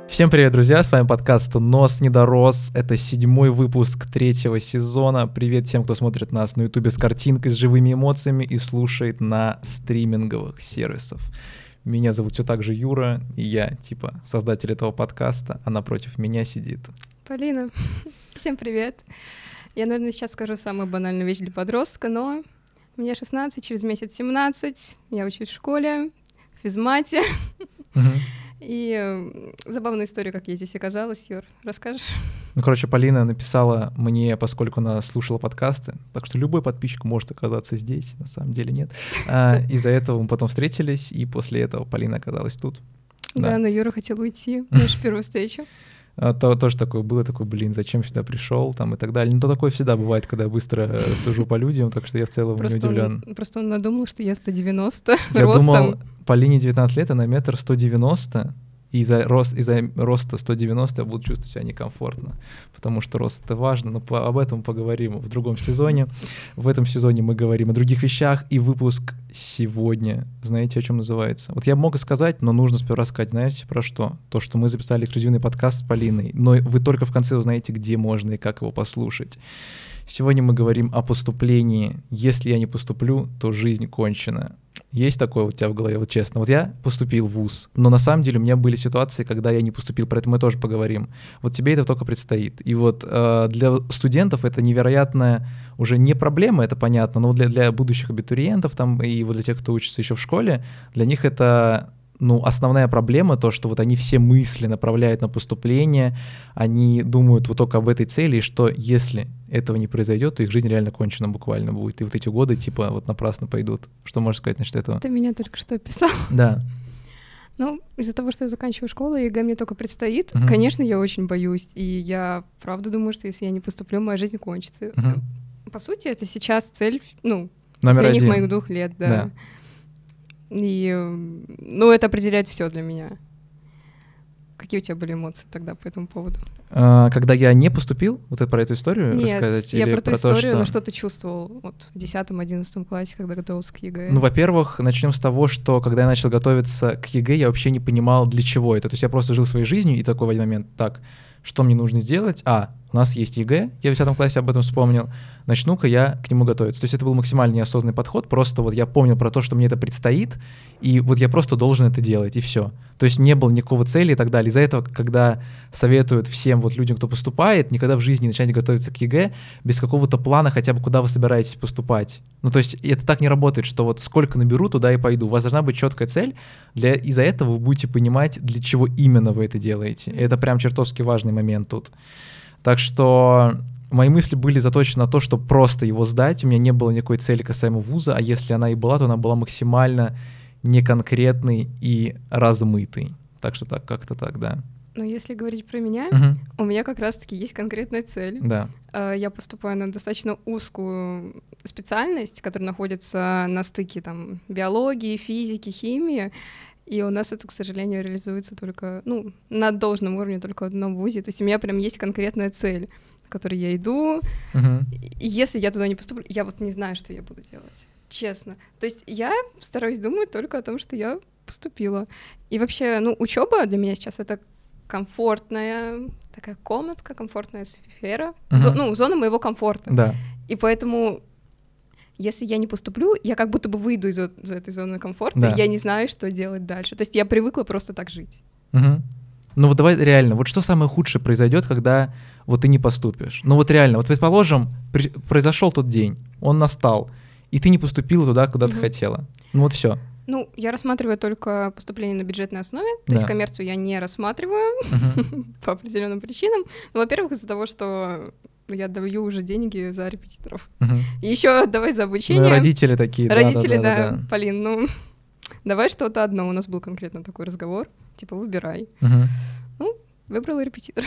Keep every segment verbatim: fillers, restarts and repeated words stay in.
Всем привет, друзья, с вами подкаст «Нос не дорос». Это седьмой выпуск третьего сезона. Привет тем, кто смотрит нас на ютубе с картинкой, с живыми эмоциями и слушает на стриминговых сервисах. Меня зовут все так же Юра, и я, типа, создатель этого подкаста, а напротив меня сидит Полина. Всем привет. Я, наверное, сейчас скажу самую банальную вещь для подростка, но мне шестнадцать, через месяц семнадцать, я учусь в школе, в физмате. И э, забавная история, как я здесь оказалась. Юр, расскажешь? Ну, короче, Полина написала мне, поскольку она слушала подкасты, так что любой подписчик может оказаться здесь, на самом деле нет. А, из-за этого мы потом встретились, и после этого Полина оказалась тут. Да, да, но Юра хотел уйти в нашу первую встречу. А, то, тоже такое было, такой, блин, зачем сюда пришел, там и так далее. Ну, то такое всегда бывает, когда я быстро сужу по людям, так что я в целом просто не удивлен. Он, просто он надумал, что я сто девяносто я ростом. Думал, Полине девятнадцать лет, она метр сто девяносто, и из-за, рост, из-за роста сто девяносто я буду чувствовать себя некомфортно, потому что рост — это важно, но по, об этом поговорим в другом сезоне. В этом сезоне мы говорим о других вещах, и выпуск сегодня, знаете, о чем называется? Вот я мог сказать, но нужно сперва сказать, знаете, про что? То, что мы записали эксклюзивный подкаст с Полиной, но вы только в конце узнаете, где можно и как его послушать. Сегодня мы говорим о поступлении. Если я не поступлю, то жизнь кончена. Есть такое у тебя в голове, вот честно? Вот я поступил в вуз, но на самом деле у меня были ситуации, когда я не поступил, про это мы тоже поговорим. Вот тебе это только предстоит. И вот э, для студентов это невероятная уже не проблема, это понятно, но для, для будущих абитуриентов там, и вот для тех, кто учится еще в школе, для них это... Ну, основная проблема то, что вот они все мысли направляют на поступление, они думают вот только об этой цели, и что если этого не произойдет, то их жизнь реально кончена буквально будет. И вот эти годы типа вот напрасно пойдут. Что можешь сказать насчет этого? Ты меня только что описал. Да. Ну, из-за того, что я заканчиваю школу, ЕГЭ мне только предстоит, Uh-huh. конечно, я очень боюсь. И я правда думаю, что если я не поступлю, моя жизнь кончится. Uh-huh. По сути, это сейчас цель, ну, Номер последних один. моих двух лет, да. Да. И, ну, это определяет все для меня. Какие у тебя были эмоции тогда по этому поводу? А, когда я не поступил, вот это про эту историю Нет, рассказать? я или про ту про историю, то, что... но что ты чувствовал вот в десятом-одиннадцатом классе, когда готовился к ЕГЭ? Ну, во-первых, начнем с того, что когда я начал готовиться к ЕГЭ, я вообще не понимал, для чего это. То есть я просто жил своей жизнью, и такой в один момент, так, что мне нужно сделать? А, у нас есть ЕГЭ, я в десятом классе об этом вспомнил, начну-ка я к нему готовиться. То есть это был максимально неосознанный подход, просто вот я помнил про то, что мне это предстоит, и вот я просто должен это делать, и все. То есть не было никакого цели и так далее. Из-за этого, когда советуют всем вот людям, кто поступает, никогда в жизни не начинайте готовиться к ЕГЭ без какого-то плана хотя бы, куда вы собираетесь поступать. Ну, то есть это так не работает, что вот сколько наберу, туда и пойду. У вас должна быть четкая цель, для... из-за этого вы будете понимать, для чего именно вы это делаете. И это прям чертовски важный момент тут. Так что мои мысли были заточены на то, чтобы просто его сдать. У меня не было никакой цели касаемо вуза, а если она и была, то она была максимально неконкретной и размытой. Так что так, как-то так, да. Ну, если говорить про меня, Угу. у меня как раз-таки есть конкретная цель. Да. Я поступаю на достаточно узкую специальность, которая находится на стыке там биологии, физики, химии. И у нас это, к сожалению, реализуется только, ну, на должном уровне только в одном вузе. То есть у меня прям есть конкретная цель, к которой я иду. Угу. И если я туда не поступлю, я вот не знаю, что я буду делать. Честно. То есть я стараюсь думать только о том, что я поступила. И вообще, ну, учеба для меня сейчас это комфортная такая комнатка, комфортная сфера, Uh-huh. зо- ну, зона моего комфорта. Да. И поэтому, если я не поступлю, я как будто бы выйду из, из этой зоны комфорта, Да. и я не знаю, что делать дальше. То есть я привыкла просто так жить. Угу. Ну вот давай реально, вот что самое худшее произойдет, когда вот ты не поступишь? Ну вот реально, вот предположим, при- произошел тот день, он настал, и ты не поступила туда, куда Мгм. ты хотела. Ну вот все. Ну, я рассматриваю только поступление на бюджетной основе, то Да. есть коммерцию я не рассматриваю по определенным причинам. Ну, во-первых, из-за того, что я даю уже деньги за репетиторов. И еще отдавать за обучение. Ну, родители такие, Родители, да, да, Полин, ну, давай что-то одно. У нас был конкретно такой разговор, типа, выбирай. Мгм. Ну, выбрала репетитор.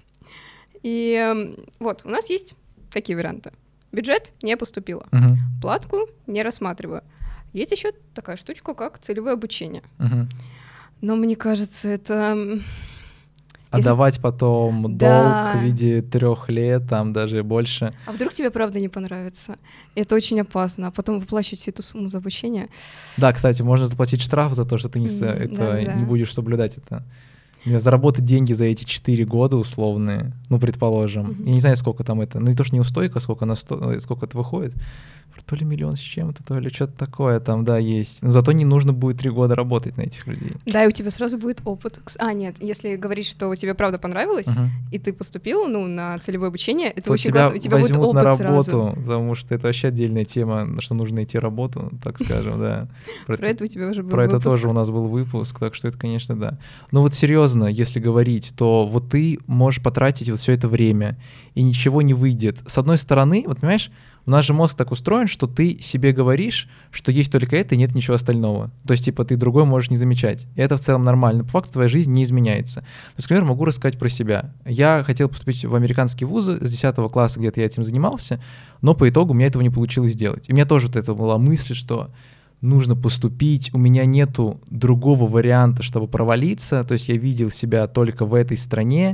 И эм, вот, у нас есть какие варианты. Бюджет — не поступила. Мгм. Платку — не рассматриваю. Есть еще такая штучка, как целевое обучение. Мгм. Но мне кажется, это... м, Отдавать потом Да. долг в виде трех лет, там даже больше. А вдруг тебе правда не понравится? Это очень опасно. А потом выплачивать всю эту сумму за обучение. Да, кстати, можно заплатить штраф за то, что ты не, с- М, это, да-да-да. не будешь соблюдать это. Заработать деньги за эти четыре года условные, ну, предположим, Мгм. я не знаю, сколько там это, ну, не то, что неустойка, сколько, на сто, сколько это выходит, то ли миллион с чем-то, то ли что-то такое там, да, есть. Но зато не нужно будет три года работать на этих людей. Да, и у тебя сразу будет опыт. Кс- А, нет, если говорить, что тебе правда понравилось, Мгм. и ты поступил, ну, на целевое обучение, это То очень тебя классно. У тебя будет возьмут опыт на сразу. работу, потому что это вообще отдельная тема, что нужно найти работу, так скажем, да. Про это у тебя уже был Про это выпуск. тоже у нас был выпуск, так что это, конечно, да. Но вот серьезно, если говорить, то вот ты можешь потратить вот все это время, и ничего не выйдет. С одной стороны, вот понимаешь, у нас же мозг так устроен, что ты себе говоришь, что есть только это и нет ничего остального. То есть, типа, ты другой можешь не замечать. И это в целом нормально. По факту твоя жизнь не изменяется. То есть, например, могу рассказать про себя. Я хотел поступить в американские вузы с десятого класса, где-то я этим занимался, но по итогу у меня этого не получилось сделать. И у меня тоже вот это была мысль, что нужно поступить, у меня нету другого варианта, чтобы провалиться, то есть я видел себя только в этой стране,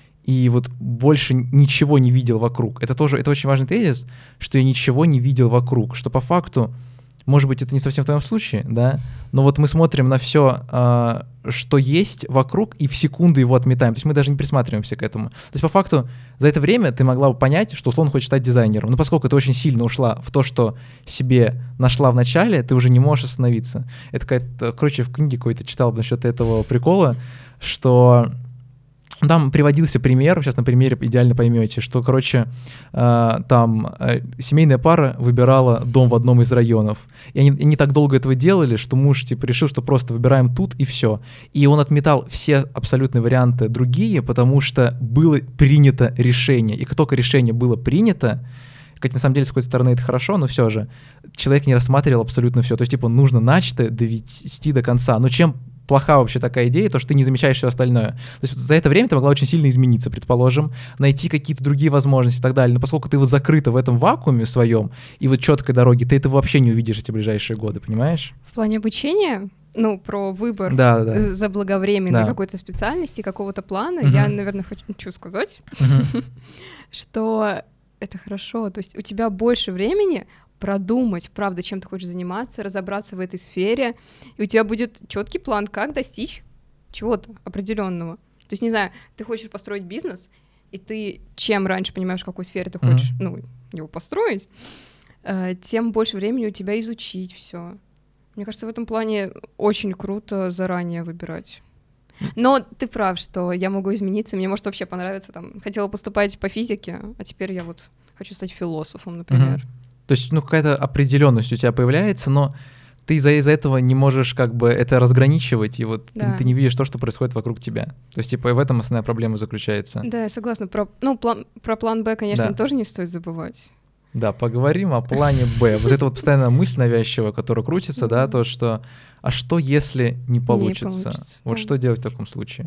и вот больше ничего не видел вокруг. Это тоже, это очень важный тезис, что я ничего не видел вокруг, что по факту, может быть, это не совсем в твоем случае, да, но вот мы смотрим на все, а, что есть вокруг, и в секунду его отметаем. То есть мы даже не присматриваемся к этому. То есть по факту за это время ты могла бы понять, что условно хочешь стать дизайнером. Но поскольку ты очень сильно ушла в то, что себе нашла в начале, ты уже не можешь остановиться. Это какая-то, короче, в книге какой-то читал насчет этого прикола, что там приводился пример, сейчас на примере идеально поймете, что, короче, э, там э, семейная пара выбирала дом в одном из районов. И они, они так долго этого делали, что муж типа решил, что просто выбираем тут и все. И он отметал все абсолютные варианты другие, потому что было принято решение. И как только решение было принято, хотя на самом деле с какой-то стороны это хорошо, но все же человек не рассматривал абсолютно все. То есть типа нужно начатое довести до конца. Но чем плоха вообще такая идея, то, что ты не замечаешь все остальное. То есть за это время ты могла очень сильно измениться, предположим, найти какие-то другие возможности и так далее. Но поскольку ты вот закрыта в этом вакууме своем и вот четкой дороги, ты этого вообще не увидишь эти ближайшие годы, понимаешь? В плане обучения, ну, про выбор Да, да, да. заблаговременной Да. какой-то специальности, какого-то плана, Мгм. я, наверное, хочу сказать, Мгм. что это хорошо. То есть у тебя больше времени продумать, правда, чем ты хочешь заниматься, разобраться в этой сфере, и у тебя будет четкий план, как достичь чего-то определенного. То есть, не знаю, ты хочешь построить бизнес, и ты чем раньше понимаешь, в какой сфере ты Мгм. хочешь, ну, его построить, э, тем больше времени у тебя изучить все. Мне кажется, в этом плане очень круто заранее выбирать. Но ты прав, что я могу измениться, мне может вообще понравиться, там, хотела поступать по физике, а теперь я вот хочу стать философом, например. Мгм. То есть, ну, какая-то определенность у тебя появляется, но ты из-за из-за этого не можешь как бы это разграничивать, и вот Да. ты, ты не видишь то, что происходит вокруг тебя. То есть, типа, в этом основная проблема заключается. Да, я согласна. Про, ну, план, про план Б, конечно, Да. тоже не стоит забывать. Да, поговорим о плане Б. Вот это вот постоянная мысль навязчивая, которая крутится, да, Мгм. то, что а что, если не получится? получится, Вот да. что делать в таком случае?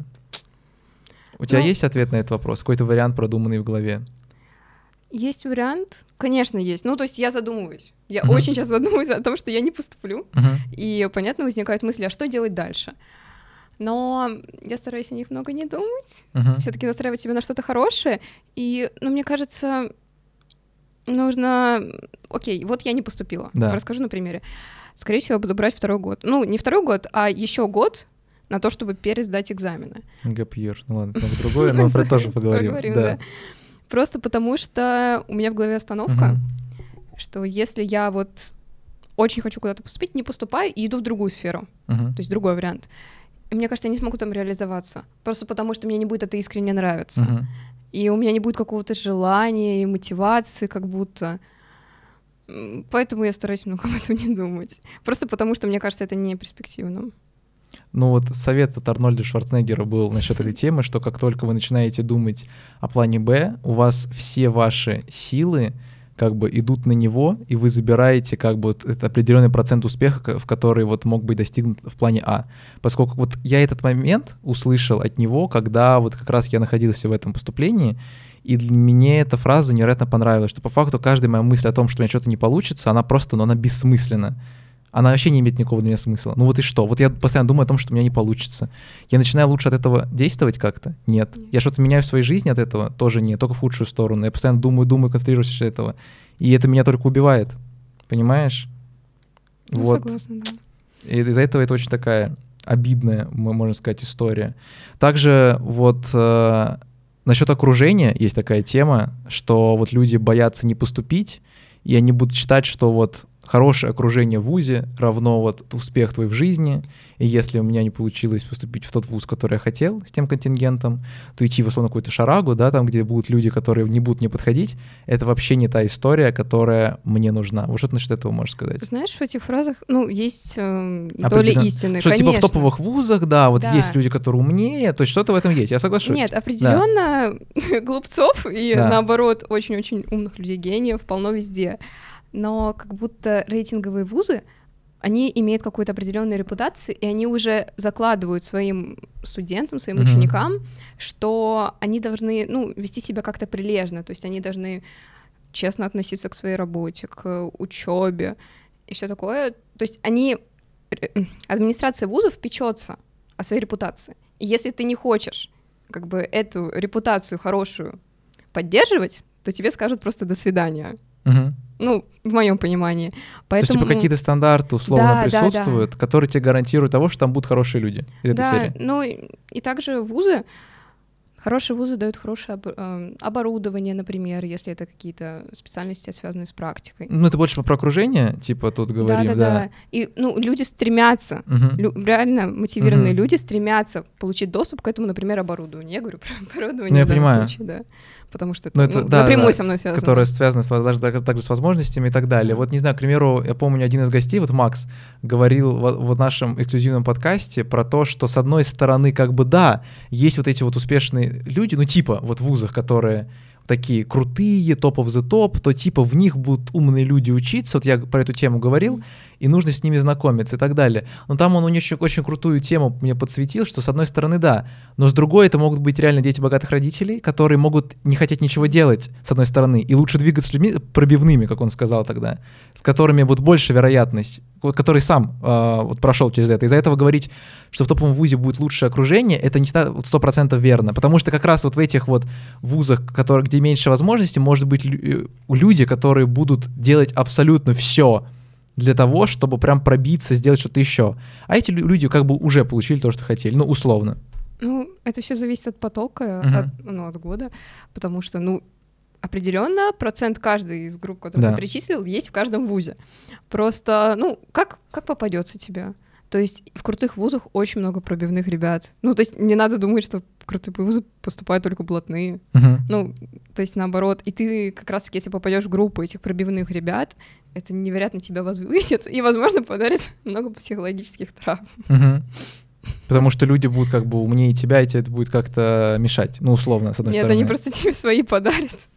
У тебя Ну, есть ответ на этот вопрос? Какой-то вариант, продуманный в голове? Есть вариант? Конечно, есть. Ну, то есть я задумываюсь. Я Мгм. очень часто задумываюсь о том, что я не поступлю. Мгм. И, понятно, возникают мысли, а что делать дальше? Но я стараюсь о них много не думать. Мгм. Все-таки настраивать себя на что-то хорошее. И, ну, мне кажется, нужно... Окей, вот я не поступила. Да. Расскажу на примере. Скорее всего, я буду брать второй год. Ну, не второй год, а еще год на то, чтобы пересдать экзамены. Gap year. Ну ладно, это другое, но про это тоже поговорим. Поговорим, Да. да. Просто потому что у меня в голове остановка, что если я вот очень хочу куда-то поступить, не поступаю и иду в другую сферу, Мгм. то есть другой вариант. И мне кажется, я не смогу там реализоваться, просто потому что мне не будет это искренне нравиться. Мгм. И у меня не будет какого-то желания и мотивации как будто. М, Поэтому я стараюсь много об этом не думать. Просто потому что мне кажется, это не перспективно. Ну вот совет от Арнольда Шварценеггера был насчет этой темы, что как только вы начинаете думать о плане Б, у вас все ваши силы как бы идут на него, и вы забираете как бы вот этот определенный процент успеха, ко- в который вот мог быть достигнут в плане А. Поскольку вот я этот момент услышал от него, когда вот как раз я находился в этом поступлении, и для- мне эта фраза невероятно понравилась, что по факту каждая моя мысль о том, что у меня что-то не получится, она просто, ну, она бессмысленна. Она вообще не имеет никакого для меня смысла. Ну вот и что? Вот я постоянно думаю о том, что у меня не получится. Я начинаю лучше от этого действовать как-то? Нет. Я что-то меняю в своей жизни от этого? Тоже нет, только в худшую сторону. Я постоянно думаю, думаю, концентрируюсь от этого. И это меня только убивает. Понимаешь? Ну, вот. согласна, да. И из-за этого это очень такая обидная, можно сказать, история. Также вот э, насчет окружения есть такая тема, что вот люди боятся не поступить, и они будут считать, что вот хорошее окружение в вузе равно вот успех твой в жизни, и если у меня не получилось поступить в тот вуз, который я хотел, с тем контингентом, то идти в условно какую-то шарагу, да, там, где будут люди, которые не будут мне подходить, это вообще не та история, которая мне нужна. Вот что ты насчет этого можешь сказать? Знаешь, в этих фразах, ну, есть э, доля Определенно. истины, что, конечно. типа в топовых вузах, да, вот Да. есть люди, которые умнее, то есть что-то в этом есть, я соглашусь. Нет, определенно глупцов и, Да. наоборот, очень-очень умных людей, гениев полно везде. Но как будто рейтинговые вузы, они имеют какую-то определенную репутацию, и они уже закладывают своим студентам, своим Мгм. ученикам, что они должны, ну, вести себя как-то прилежно, то есть они должны честно относиться к своей работе, к учебе и все такое. То есть они, э, администрация вузов печется о своей репутации. И если ты не хочешь как бы эту репутацию хорошую поддерживать, то тебе скажут просто «до свидания». Мгм. Ну, в моем понимании. То Поэтому... есть, типа, какие-то стандарты условно Да, да, присутствуют, да. которые тебе гарантируют того, что там будут хорошие люди из этой Да, серии. ну и, и также вузы, хорошие вузы дают хорошее об- э, оборудование, например, если это какие-то специальности, связанные с практикой. Ну, это больше про окружение, типа, тут говорим, да, да, да. И, ну, люди стремятся, Мгм. лю- реально мотивированные Мгм. люди стремятся получить доступ к этому, например, оборудованию. Я говорю про оборудование Ну, я в данном понимаю. случае, да. Потому что это, Ну, это, ну, да, напрямую да, со мной связано. которая связана с, даже, так- также с возможностями и так далее. Да. Вот, не знаю, к примеру, я помню, один из гостей, вот Макс, говорил в, в нашем эксклюзивном подкасте про то, что, с одной стороны, как бы, да, есть вот эти вот успешные люди, ну, типа, вот в вузах, которые такие крутые, топ of the топ, то типа в них будут умные люди учиться, вот я про эту тему говорил, и нужно с ними знакомиться и так далее. Но там он у него очень, очень крутую тему мне подсветил, что с одной стороны да, но с другой это могут быть реально дети богатых родителей, которые могут не хотеть ничего делать, с одной стороны, и лучше двигаться с людьми пробивными, как он сказал тогда, с которыми будет больше вероятность, вот, который сам э, вот прошел через это. Из-за этого говорить, что в топовом вузе будет лучшее окружение, это не всегда вот сто процентов верно, потому что как раз вот в этих вот вузах, которые, где меньше возможностей, может быть лю- люди, которые будут делать абсолютно все для того, чтобы прям пробиться, сделать что-то еще. А эти лю- люди как бы уже получили то, что хотели, ну, условно. Ну, это все зависит от потока, Мгм. от, ну, от года, потому что, ну, определенно процент каждой из групп, которые Да. ты перечислил, есть в каждом вузе. Просто, ну, как, как попадется тебе? То есть в крутых вузах очень много пробивных ребят. Ну, то есть не надо думать, что в крутые вузы поступают только блатные. Мгм. Ну, то есть наоборот. И ты как раз-таки, если попадешь в группу этих пробивных ребят, это невероятно тебя возвысит и, возможно, подарит много психологических травм. Мгм. Потому что люди будут как бы умнее тебя, и тебе это будет как-то мешать, ну, условно, с одной Нет, стороны. они просто тебе свои подарят.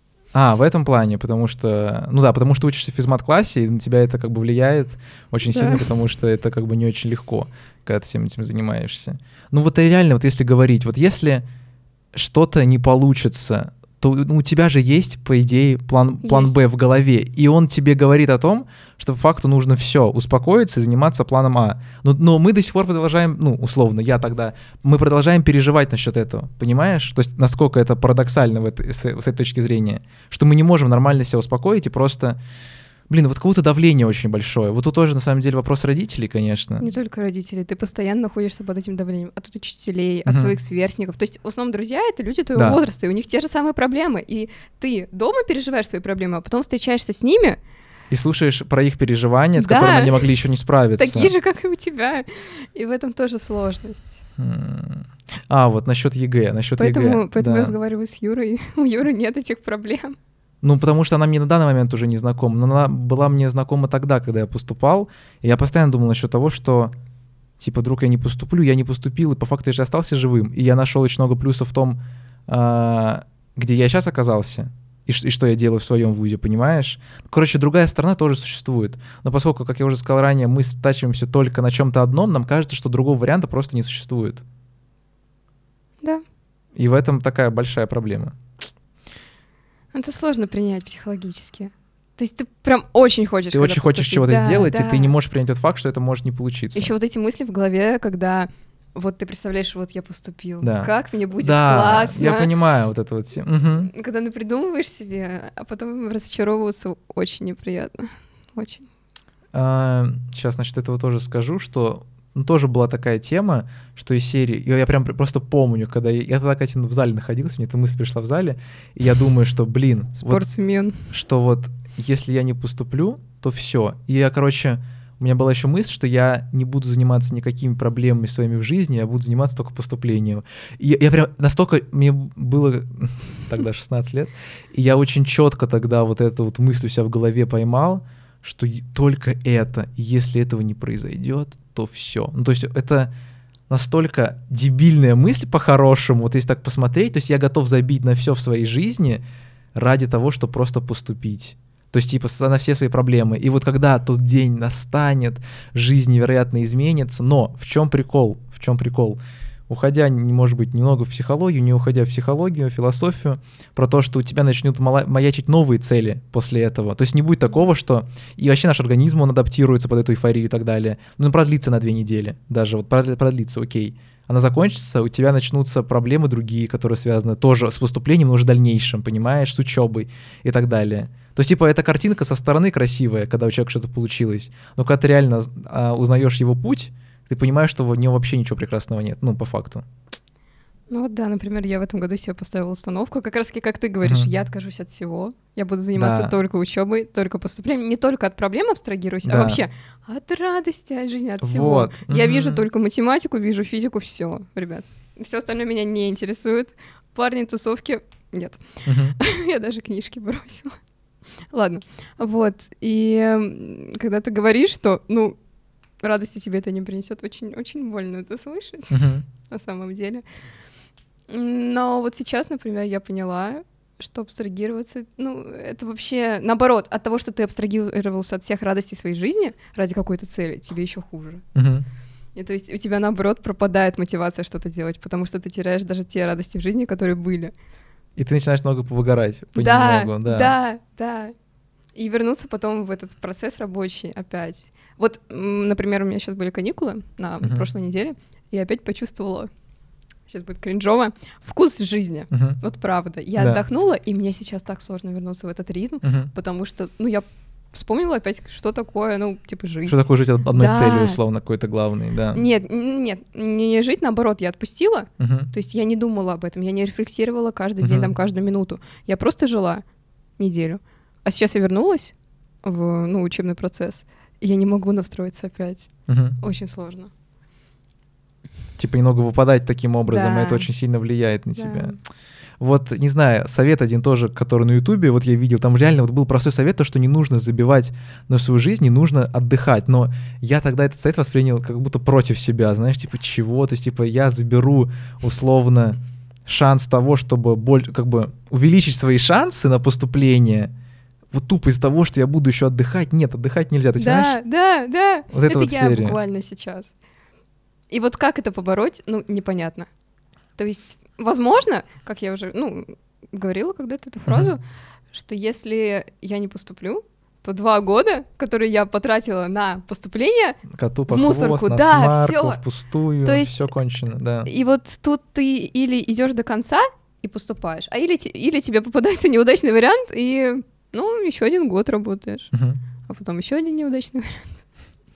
А, в этом плане, потому что, ну да, потому что учишься в физмат-классе, и на тебя это как бы влияет очень Да. сильно, потому что это как бы не очень легко, когда ты всем этим занимаешься. Ну вот реально, вот если говорить, вот если что-то не получится, то ну, у тебя же есть, по идее, план, план Есть. Б в голове, и он тебе говорит о том, что по факту нужно все, успокоиться и заниматься планом А. Но, но мы до сих пор продолжаем, ну, условно, я тогда, мы продолжаем переживать насчет этого, понимаешь? То есть насколько это парадоксально в этой, с, с этой точки зрения, что мы не можем нормально себя успокоить и просто... Блин, вот какое-то давление очень большое. Вот тут тоже, на самом деле, вопрос родителей, конечно. Не только родителей, ты постоянно находишься под этим давлением от учителей, от Мгм. своих сверстников. То есть в основном друзья — это люди твоего Да. возраста, и у них те же самые проблемы. И ты дома переживаешь свои проблемы, а потом встречаешься с ними, И слушаешь про их переживания, с Да. которыми они могли еще не справиться. такие же, как и у тебя. И в этом тоже сложность. М. А, вот насчет ЕГЭ, насчет Поэтому, ЕГЭ. поэтому да. я разговариваю с Юрой. У Юры нет этих проблем. Ну, потому что она мне на данный момент уже не знакома, но она была мне знакома тогда, когда я поступал, и я постоянно думал насчет того, что, типа, вдруг я не поступлю, я не поступил, и по факту я же остался живым, и я нашел очень много плюсов в том, а, где я сейчас оказался, и, ш- и что я делаю в своем вузе, понимаешь? Короче, другая сторона тоже существует, но поскольку, как я уже сказал ранее, мы стачиваемся только на чем-то одном, нам кажется, что другого варианта просто не существует. Да. И в этом такая большая проблема. Это сложно принять психологически. То есть ты прям очень хочешь. Ты когда очень хочешь поступить. чего-то Да, сделать, да. и ты не можешь принять тот факт, что это может не получиться. Еще вот эти мысли в голове, когда вот ты представляешь, вот я поступил, Да. как мне будет да, классно. я понимаю вот это вот. все. Мгм. Когда ты придумываешь себе, а потом разочаровываться очень неприятно. Очень. А, сейчас, значит, этого тоже скажу, что ну, тоже была такая тема, что из серии... Я, я прям просто помню, когда... Я, я тогда, Катя, в зале находился, мне эта мысль пришла в зале, и я думаю, что, блин... Спортсмен. Вот, что вот если я не поступлю, то все. И я, короче... У меня была еще мысль, что я не буду заниматься никакими проблемами своими в жизни, я буду заниматься только поступлением. И я, я прям настолько... Мне было тогда шестнадцать лет, и я очень четко тогда вот эту вот мысль у себя в голове поймал, что только это, и если этого не произойдет, то все. Ну, то есть это настолько дебильная мысль по-хорошему, вот если так посмотреть, то есть я готов забить на все в своей жизни ради того, чтобы просто поступить. То есть, типа, на все свои проблемы. И вот когда тот день настанет, жизнь невероятно изменится. Но в чем прикол? В чем прикол? Уходя, может быть, немного в психологию, не уходя в психологию, философию, про то, что у тебя начнут маячить новые цели после этого. То есть не будет такого, что... И вообще наш организм, он адаптируется под эту эйфорию и так далее. Ну, продлится на две недели. Даже вот продлится, окей. Она закончится, у тебя начнутся проблемы другие, которые связаны тоже с поступлением, но уже дальнейшим, понимаешь, с учебой и так далее. То есть, типа, эта картинка со стороны красивая, когда у человека что-то получилось, но когда ты реально а, узнаешь его путь, ты понимаешь, что в нем вообще ничего прекрасного нет, ну, по факту. Ну вот да, например, я в этом году себе поставила установку, как раз-таки, как ты говоришь, uh-huh. я откажусь от всего, я буду заниматься да. только учебой, только поступлением, не только от проблем абстрагируюсь, да. а вообще от радости, от жизни, от всего. Вот. Я uh-huh. вижу только математику, вижу физику, все, ребят. Все остальное меня не интересует. Парни, тусовки, нет. Uh-huh. Я даже книжки бросила. Ладно, вот, и когда ты говоришь, что, ну, радости тебе это не принесет, очень-очень больно это слышать, uh-huh. на самом деле. Но вот сейчас, например, я поняла, что абстрагироваться, ну, это вообще, наоборот, от того, что ты абстрагировался от всех радостей своей жизни ради какой-то цели, тебе еще хуже. Uh-huh. И то есть у тебя, наоборот, пропадает мотивация что-то делать, потому что ты теряешь даже те радости в жизни, которые были. И ты начинаешь много повыгорать понемногу, да. Да, да, да. И вернуться потом в этот процесс рабочий опять. Вот, например, у меня сейчас были каникулы на uh-huh. прошлой неделе, и я опять почувствовала, сейчас будет кринжово, вкус жизни. Uh-huh. Вот правда. Я да. отдохнула, и мне сейчас так сложно вернуться в этот ритм, uh-huh. потому что, ну, я вспомнила опять, что такое, ну, типа, жить. Что такое жить одной да. целью, условно, какой-то главной, да. Нет, нет, не жить, наоборот, я отпустила, uh-huh. то есть я не думала об этом, я не рефлексировала каждый uh-huh. день, там, каждую минуту. Я просто жила неделю. А сейчас я вернулась в, ну, учебный процесс, и я не могу настроиться опять. Uh-huh. Очень сложно. Типа немного выпадать таким образом, да. и это очень сильно влияет на да. тебя. Вот, не знаю, совет один тоже, который на Ютубе, вот я видел, там реально вот был простой совет, то, что не нужно забивать на свою жизнь, не нужно отдыхать, но я тогда этот совет воспринял как будто против себя, знаешь, типа чего, то есть типа я заберу условно шанс того, чтобы боль, как бы увеличить свои шансы на поступление, вот тупо из-за того, что я буду еще отдыхать. Нет, отдыхать нельзя, ты да, понимаешь? Да, да, вот это, это вот я серия. Буквально сейчас. И вот как это побороть, ну, непонятно. То есть, возможно, как я уже, ну, говорила когда-то эту фразу, uh-huh. что если я не поступлю, то два года, которые я потратила на поступление, коту под в мусорку, хвост, на да, смарку, все, впустую, то есть, все кончено, да. И вот тут ты или идешь до конца и поступаешь, а или, или тебе попадается неудачный вариант, и, ну, еще один год работаешь, uh-huh. а потом еще один неудачный вариант.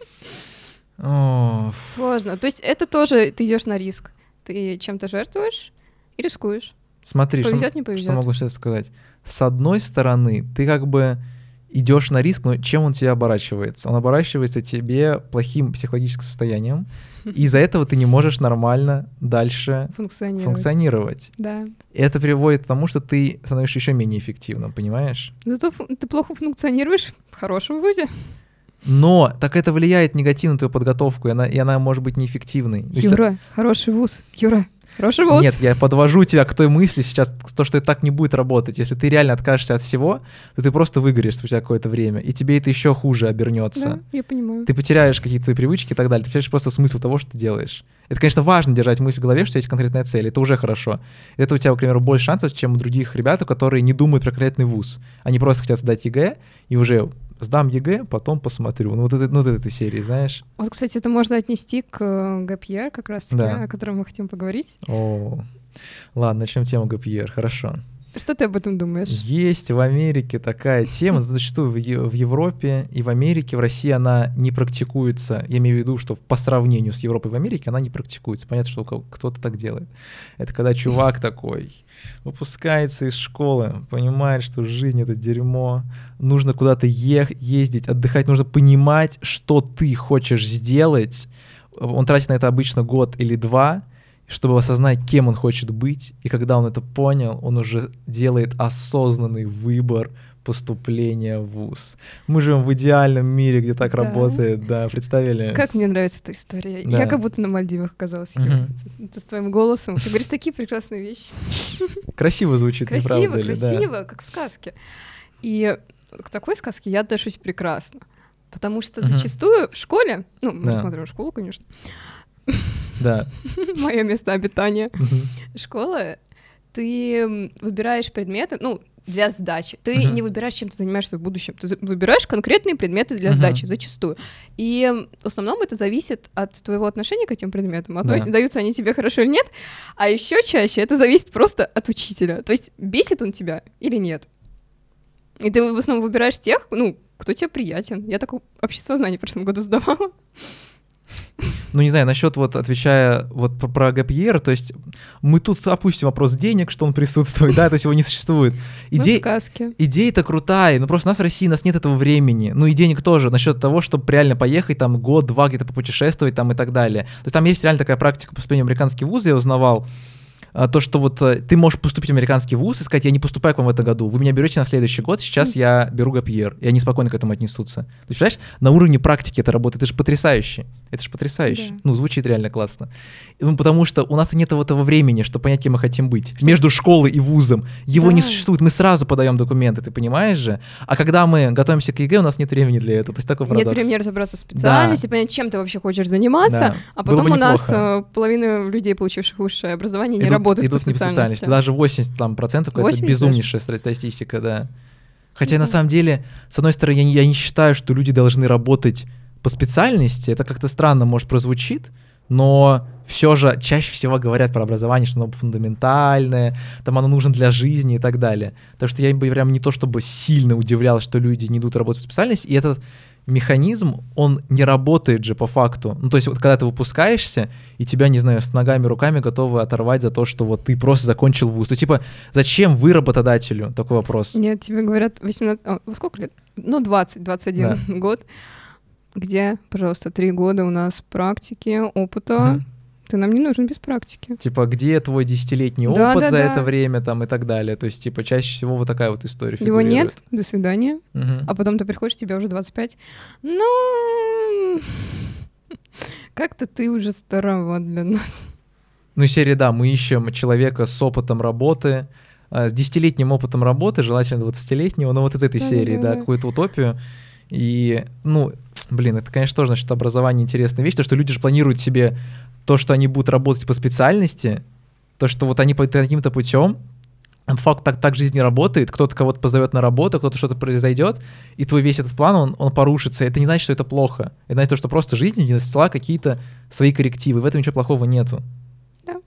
Oh. Сложно. То есть это тоже ты идешь на риск. Ты чем-то жертвуешь и рискуешь. Смотри, повезет, что, не повезет. Что могу сейчас сказать. С одной стороны, ты как бы идешь на риск, но чем он тебе оборачивается? Он оборачивается тебе плохим психологическим состоянием, и из-за этого ты не можешь нормально дальше функционировать. функционировать. Да. И это приводит к тому, что ты становишься еще менее эффективным, понимаешь? Зато ты плохо функционируешь в хорошем вузе. Но так это влияет негативно на твою подготовку, и она, и она может быть неэффективной. Юра, есть, хороший вуз. Юра, хороший вуз. Нет, я подвожу тебя к той мысли сейчас, то, что это так не будет работать. Если ты реально откажешься от всего, то ты просто выгоришь спустя какое-то время, и тебе это еще хуже обернется. Да, я понимаю. Ты потеряешь какие-то свои привычки и так далее. Ты потеряешь просто смысл того, что ты делаешь. Это, конечно, важно держать мысль в голове, что есть конкретная цель. Это уже хорошо. Это у тебя, к примеру, больше шансов, чем у других ребят, которые не думают про конкретный вуз. Они просто хотят сдать ЕГЭ и уже сдам ЕГЭ, потом посмотрю. Ну вот, это, ну, вот этой серии, знаешь? Вот, кстати, это можно отнести к Gap Year, как раз-таки, да. о котором мы хотим поговорить. О, ладно, начнем тему Gap Year, хорошо. Что ты об этом думаешь? Есть в Америке такая тема, зачастую в, Е- в Европе и в Америке, в России она не практикуется. Я имею в виду, что по сравнению с Европой в Америке она не практикуется. Понятно, что у кого- кто-то так делает. Это когда чувак такой выпускается из школы, понимает, что жизнь — это дерьмо, нужно куда-то ех- ездить, отдыхать, нужно понимать, что ты хочешь сделать. Он тратит на это обычно год или два, чтобы осознать, кем он хочет быть, и когда он это понял, он уже делает осознанный выбор поступления в вуз. Мы живем в идеальном мире, где так Да. работает, да, представили? Как мне нравится эта история. Да. Я как будто на Мальдивах оказалась. Мгм. Юр. Это с твоим голосом. Ты говоришь такие прекрасные вещи. Красиво звучит, не Красиво, правда ли? Да. красиво, как в сказке. И к такой сказке я отношусь прекрасно. Потому что Мгм. зачастую в школе, ну, мы Да. рассматриваем школу, конечно, Да. мое место обитания. Мгм. Школа, ты м, выбираешь предметы, ну, для сдачи. Ты Мгм. не выбираешь, чем ты занимаешься в будущем. Ты за- выбираешь конкретные предметы для Мгм. сдачи, зачастую. И м, в основном это зависит от твоего отношения к этим предметам, от Да. того, даются они тебе хорошо или нет. А еще чаще это зависит просто от учителя. То есть бесит он тебя или нет. И ты в основном выбираешь тех, ну, кто тебе приятен. Я такое обществознание в прошлом году сдавала. Ну, не знаю, насчет вот, отвечая вот про, про гэп йир, то есть мы тут опустим вопрос денег, что он присутствует, да, то есть его не существует. Мы в Идея, сказке. идея-то крутая, но просто у нас в России, у нас нет этого времени, ну и денег тоже, насчет того, чтобы реально поехать там год-два где-то попутешествовать там и так далее. То есть там есть реально такая практика поступления в американский вуз, я узнавал, а, то, что вот э, ты можешь поступить в американский вуз и сказать, я не поступаю к вам в этом году, вы меня берете на следующий год, сейчас я беру гэп йир, и они спокойно к этому отнесутся. То есть, понимаешь, на уровне практики это работает, это же потрясающе, это же потрясающе, Да. ну, звучит реально классно. Ну, потому что у нас нет этого времени, чтобы понять, кем мы хотим быть. Между школой и вузом его не Да. существует, мы сразу подаем документы, ты понимаешь же? А когда мы готовимся к ЕГЭ, у нас нет времени для этого, то есть такой Нет парадокс. времени разобраться в специальности, понять, чем ты вообще хочешь заниматься, Да. а Было потом бы у нас неплохо. э, половина людей, получивших высшее образование, не идут, работают идут по не по специальности. Даже восемьдесят там, процентов, это восемьдесят безумнейшая стра- статистика, да. Хотя Ну на да. самом деле, с одной стороны, я не, я не считаю, что люди должны работать по специальности. Это как-то странно, может, прозвучит, но все же чаще всего говорят про образование, что оно фундаментальное, там оно нужно для жизни и так далее. Так что я бы прям не то чтобы сильно удивлял, что люди не идут работать по специальности, и этот механизм, он не работает же по факту. Ну, то есть вот когда ты выпускаешься, и тебя, не знаю, с ногами, руками готовы оторвать за то, что вот ты просто закончил вуз. То типа, зачем вы работодателю? Такой вопрос. Нет, тебе говорят восемнадцать... О, во сколько лет? Ну, двадцать, двадцать один год. Где, пожалуйста, три года у нас практики, опыта. Мгм. Ты нам не нужен без практики. Типа, где твой десятилетний Да, опыт да, за да. это время там и так далее. То есть, типа, чаще всего вот такая вот история Его фигурирует. нет, до свидания. Мгм. А потом ты приходишь, тебе уже двадцать пять. Ну, как-то ты уже староват для нас. Ну, и серия, да, мы ищем человека с опытом работы, а, с десятилетним опытом работы, желательно двадцатилетнего, но вот из этой серии, да, Да-да-да. какую-то утопию. И, ну, блин, это, конечно, тоже насчет образования интересная вещь, то, что люди же планируют себе то, что они будут работать по специальности, то, что вот они пойдут каким-то путем, а по факту так, так жизнь не работает, кто-то кого-то позовет на работу, кто-то что-то произойдет, и твой весь этот план, он, он порушится. Это не значит, что это плохо. Это значит, что просто жизнь внесла какие-то свои коррективы. В этом ничего плохого нету. Да.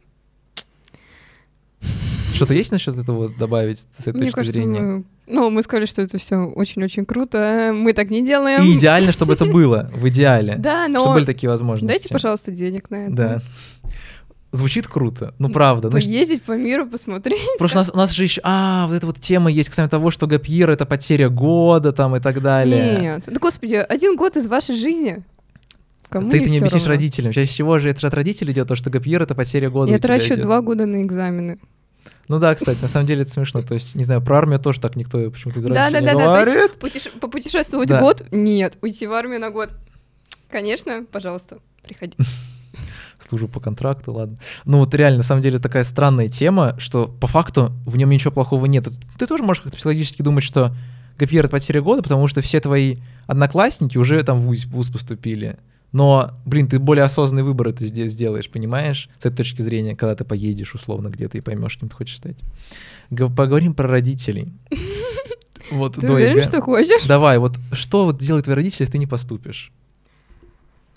Что-то есть насчет этого добавить с этой Мне точки кажется, зрения? мы... Ну, мы сказали, что это все очень-очень круто. Мы так не делаем. И идеально, чтобы это было, в идеале. Да, но... Чтобы были такие возможности. Дайте, пожалуйста, денег на это. Да. Звучит круто, ну правда. Ну, Поездить по миру, посмотреть. просто у нас, у нас же еще, а, вот эта вот тема есть касаемо того, что гэп йир — это потеря года там и так далее. Нет. Да, господи, один год из вашей жизни. Кому Ты не это не всё объяснишь равно? родителям. Чаще всего же это же от родителей идет, то, что гэп йир — это потеря года. Я у тебя трачу идет. два года на экзамены. Ну да, кстати, на самом деле это смешно. То есть, не знаю, про армию тоже так никто почему-то из Да, родителей да, не да, да. То говорит. есть путеше- попутешествовать Да. год? Нет. Уйти в армию на год? Конечно, пожалуйста, приходите. Служу по контракту, ладно. Ну вот реально, на самом деле, такая странная тема, что по факту в нем ничего плохого нет. Ты тоже можешь как-то психологически думать, что гэп йир — это потеря года, потому что все твои одноклассники уже там в вуз, в вуз поступили. Но, блин, ты более осознанный выбор это зде- сделаешь, понимаешь? С этой точки зрения, когда ты поедешь условно где-то и поймешь, кем ты хочешь стать. Г- Поговорим про родителей. Вот Ты до уверен, ЕГЭ. что хочешь? Давай, вот что вот делают твои родители, если ты не поступишь?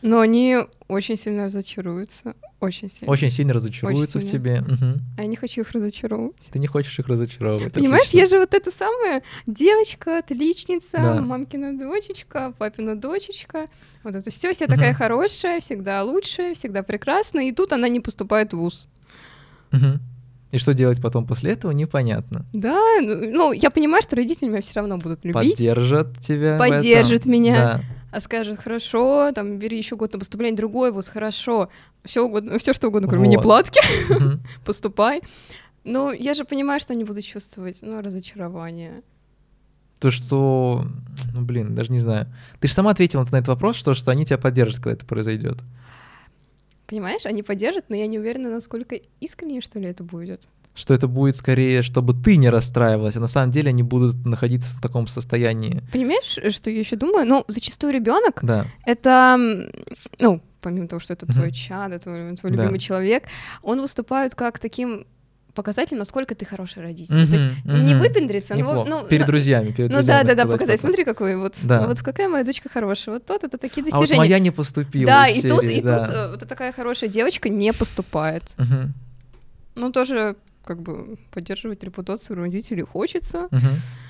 Но они очень сильно разочаруются. Очень сильно. Очень сильно разочаруются Очень в сильно. тебе. Угу. А я не хочу их разочаровывать. Ты не хочешь их разочаровывать. Понимаешь, Отлично. я же вот эта самая девочка, отличница, Да. мамкина дочечка, папина дочечка. Вот это все, вся такая Мгм. хорошая, всегда лучшая, всегда прекрасная. И тут она не поступает в вуз. Мгм. И что делать потом после этого, непонятно. Да, ну, ну, я понимаю, что родители меня все равно будут любить, Поддержат тебя. в поддержат этом. меня, Да. а скажут: хорошо, там бери еще год на поступление, другой вуз, хорошо, все угодно, все что угодно, кроме Вот. неплатки, Мгм. поступай. Но я же понимаю, что они будут чувствовать, ну, разочарование. То, что, ну, блин, даже не знаю. Ты же сама ответила на этот вопрос, что, что они тебя поддержат, когда это произойдет. Понимаешь, они поддержат, но я не уверена, насколько искренне, что ли, это будет. Что это будет скорее, чтобы ты не расстраивалась, а на самом деле они будут находиться в таком состоянии. Понимаешь, что я еще думаю? Ну, зачастую ребенок Да. это, м, ну, помимо того, что это Мгм. твой чадо, твой, твой Да. любимый человек, он выступает как таким показателем, насколько ты хороший родитель. То есть Мгм, не мгм. выпендриться, но, Неплохо. ну, перед на- друзьями, перед ну друзьями да, да, да, сказать показать, потом. смотри, какой вот, Да. вот какая моя дочка хорошая, вот тот, это такие А вот достижения. моя не поступила Да, из и тут, серии, и да. тут э, вот такая хорошая девочка не поступает. Мгм, Ну, тоже как бы поддерживать репутацию родителей хочется. мгм.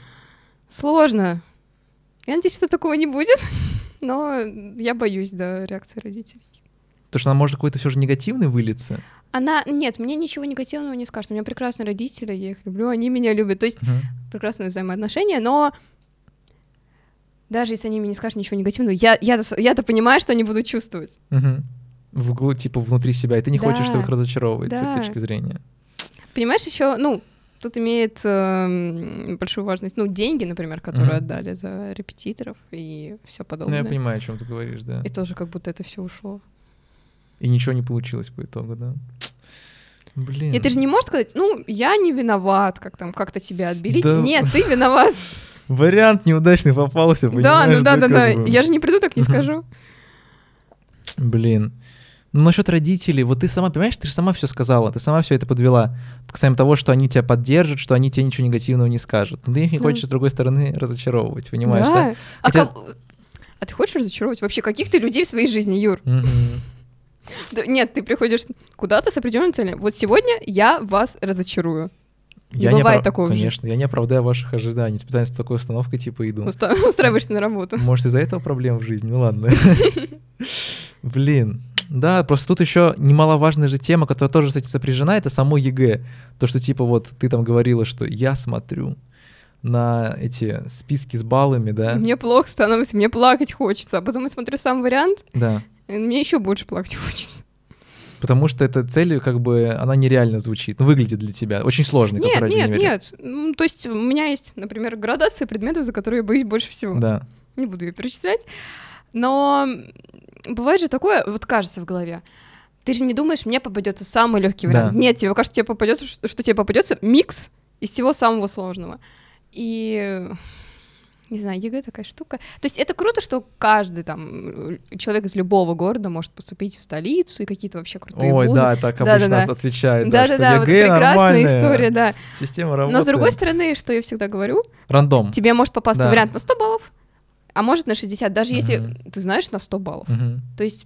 Сложно. Я надеюсь, что такого не будет, но я боюсь, да, реакции родителей. Потому что она может какой-то все же негативный вылиться. Она, нет, мне ничего негативного не скажет. У меня прекрасные родители, я их люблю, они меня любят. То есть Мгм. прекрасные взаимоотношения, но даже если они мне не скажут ничего негативного, я, я-то, я-то понимаю, что они будут чувствовать. Мгм. Вглу- типа внутри себя, и ты не Да, хочешь, чтобы их разочаровывать с да. этой точки зрения. Понимаешь, еще, ну, тут имеет эм, большую важность, ну, деньги, например, которые Мгм. отдали за репетиторов и все Ну, подобное. я понимаю, о чем ты говоришь, да. И тоже как будто это все ушло. И ничего не получилось по итогу, да. Блин. И ты же не можешь сказать, ну, я не виноват, как там как-то тебя отбелить. Да. Нет, ты виноват. Вариант неудачный попался, Да, понимаешь? ну да, да, как да. бы. Я же не приду, так не Мгм. скажу. Блин. Ну, насчет родителей, вот ты сама, понимаешь, ты же сама все сказала, ты сама все это подвела. Касаемо того, что они тебя поддержат, что они тебе ничего негативного не скажут. Но ты их не Да. хочешь, с другой стороны, разочаровывать, понимаешь, да? Да. А, Хотя- кого- а ты хочешь разочаровывать вообще каких-то людей в своей жизни, Юр? Мгм. Да, нет, ты приходишь куда-то с определенной целью. Вот сегодня я вас разочарую. Не Я бывает оправ- такого в жизни. Конечно, я не оправдаю ваших ожиданий. Специально с такой установкой типа иду. Уста- устраиваешься на работу. Может, из-за этого проблем в жизни? Ну ладно. Блин. Да, просто тут еще немаловажная же тема, которая тоже, кстати, сопряжена, это само ЕГЭ. То, что типа вот ты там говорила, что я смотрю на эти списки с баллами, да? Мне плохо становится, мне плакать хочется. А потом я смотрю сам вариант, Да. и мне еще больше плакать хочется. Потому что эта цель, как бы, она нереально звучит, ну, выглядит для тебя. Очень сложно, как Нет, по крайней нет, мере. нет. М, То есть у меня есть, например, градация предметов, за которые я боюсь больше всего. Да. Не буду ее перечислять. Но бывает же такое, вот кажется в голове. Ты же не думаешь, мне попадется самый легкий вариант. Да. Нет, тебе кажется, тебе попадется, что что тебе попадется микс из всего самого сложного. И не знаю, ЕГЭ такая штука. То есть это круто, что каждый там человек из любого города может поступить в столицу и какие-то вообще крутые Ой, вузы. да, так Да-да-да. обычно отвечают, да, что Да-да-да, вот ЕГЭ прекрасная нормальная, история, да. система работает. Но с другой стороны, что я всегда говорю, Рандом. тебе может попасться Да. вариант на сто баллов, а может на шестьдесят, даже если Мгм. ты знаешь на сто баллов. Мгм. То есть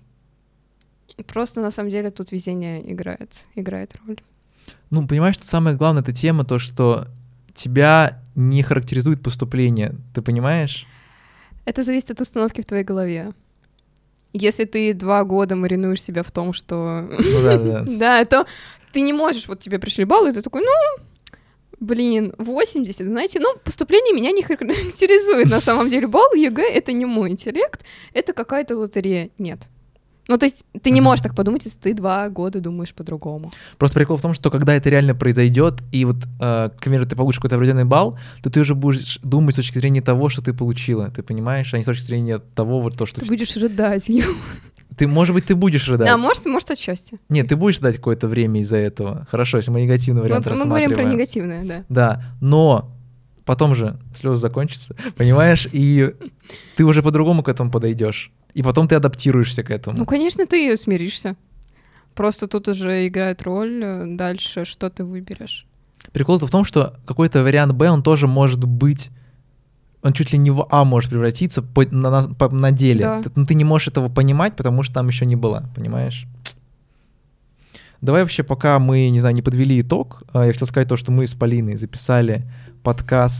просто на самом деле тут везение играет, играет роль. Ну, понимаешь, тут самое главное, эта тема, то, что тебя не характеризует поступление, ты понимаешь? Это зависит от установки в твоей голове. Если ты два года маринуешь себя в том, что... Ну да, да. Да, то ты не можешь, вот тебе пришли баллы, и ты такой, ну, блин, восемьдесят, знаете, ну, поступление меня не характеризует на самом деле. Балл ЕГЭ — это не мой интеллект, это какая-то лотерея. Нет. Ну, то есть ты не Мгм. можешь так подумать, если ты два года думаешь по-другому. Просто прикол в том, что когда это реально произойдет, и вот, э, к примеру, ты получишь какой-то определенный балл, то ты уже будешь думать с точки зрения того, что ты получила, ты понимаешь, а не с точки зрения того, вот то, что... Ты будешь рыдать. Ю. Ты, может быть, ты будешь рыдать. А может, может, от счастья. Нет, ты будешь ждать какое-то время из-за этого. Хорошо, если мы негативный Мы, вариант мы рассматриваем. говорим про негативное, да. Да, но потом же слезы закончатся, понимаешь, и ты уже по-другому к этому подойдешь. И потом ты адаптируешься к этому. Ну, конечно, ты смиришься. Просто тут уже играет роль э, дальше, что ты выберешь. Прикол-то в том, что какой-то вариант Б, он тоже может быть он чуть ли не в А может превратиться по, на, на, по, на деле. Да. Ты, ну, ты не можешь этого понимать, потому что там еще не была, понимаешь? Давай вообще, пока мы, не знаю, не подвели итог, я хотел сказать то, что мы с Полиной записали подкаст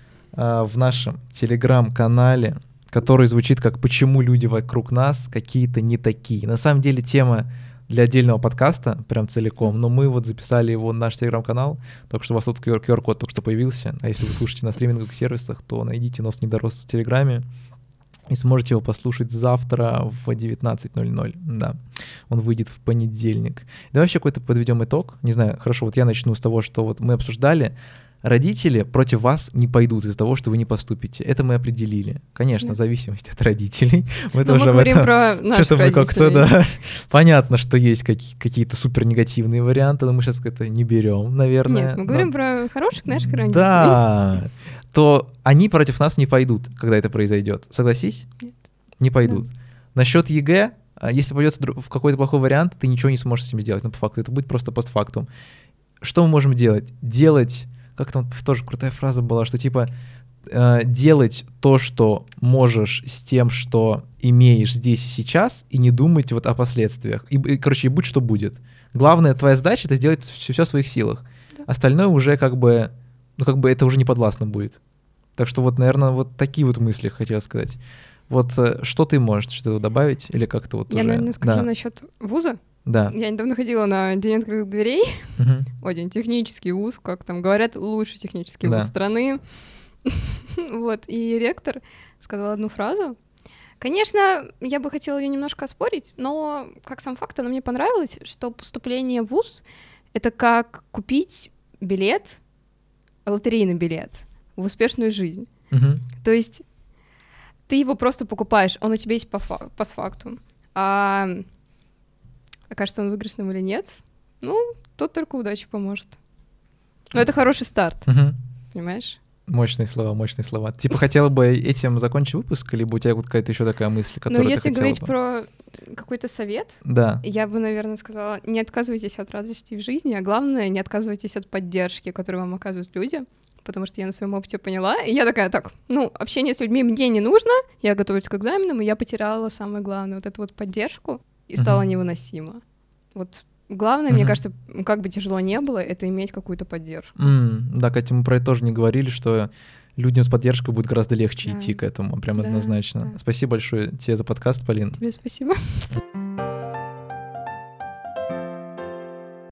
в нашем телеграм-канале, который звучит как «Почему люди вокруг нас какие-то не такие?». На самом деле тема для отдельного подкаста, прям целиком, но мы вот записали его на наш телеграм-канал, так что у вас тут ку ар-код только что появился, а если вы слушаете на стриминговых сервисах, то найдите «Нос не дорос» в Телеграме и сможете его послушать завтра в девятнадцать ноль ноль, да, он выйдет в понедельник. Давай вообще какой-то подведем итог, не знаю, хорошо, вот я начну с того, что вот мы обсуждали. Родители против вас не пойдут из-за того, что вы не поступите. Это мы определили. Конечно, Да. зависимость от родителей. Мы Но тоже мы говорим этом... про наших Что-то мы родителей. как-то, да. Понятно, что есть какие- какие-то супер негативные варианты, но мы сейчас это не берем, наверное. Нет, мы говорим Но... про хороших наших родителей. Да. То они против нас не пойдут, когда это произойдет. Согласись? Нет. Не пойдут. Да. Насчет ЕГЭ, а если пойдет в какой-то плохой вариант, ты ничего не сможешь с этим сделать. Ну, по факту, это будет просто постфактум. Что мы можем делать? Делать... Как там тоже крутая фраза была, что типа э, делать то, что можешь с тем, что имеешь здесь и сейчас, и не думать вот о последствиях. И, и короче, и будь что будет. Главная твоя задача — это сделать все, все в своих силах. Да. Остальное уже как бы, ну как бы это уже не подвластно будет. Так что вот, наверное, вот такие вот мысли хотел сказать. Вот э, что ты можешь что-то добавить или как-то вот Я, уже... наверное, скажу Да. насчет вуза. Да. Я недавно ходила на День открытых дверей. Мгм. Один технический вуз, как там говорят, лучший технический Да. вуз страны. Вот, и ректор сказал одну фразу. Конечно, я бы хотела ее немножко оспорить, но как сам факт, она мне понравилась, что поступление в вуз — это как купить билет, лотерейный билет в успешную жизнь. Мгм. То есть ты его просто покупаешь, он у тебя есть по фа- постфактум. А окажется он выигрышным или нет, ну, тут только удача поможет. Но это хороший старт, Мгм. понимаешь? Мощные слова, мощные слова. Типа хотела бы этим закончить выпуск, либо у тебя вот какая-то еще такая мысль, Но которую если ты хотела говорить бы? про какой-то совет, Да. я бы, наверное, сказала, не отказывайтесь от радости в жизни, а главное, не отказывайтесь от поддержки, которую вам оказывают люди, потому что я на своем опыте поняла, и я такая, так, ну, общение с людьми мне не нужно, я готовлюсь к экзаменам, и я потеряла самое главное, вот эту вот поддержку, и стало Мгм. невыносимо. Вот главное, мне Мгм. кажется, как бы тяжело не было, это иметь какую-то поддержку. М, Да, Катя, мы про это тоже не говорили, что людям с поддержкой будет гораздо легче Да. идти к этому, прям Да, однозначно. да. Спасибо большое тебе за подкаст, Полин. Тебе спасибо.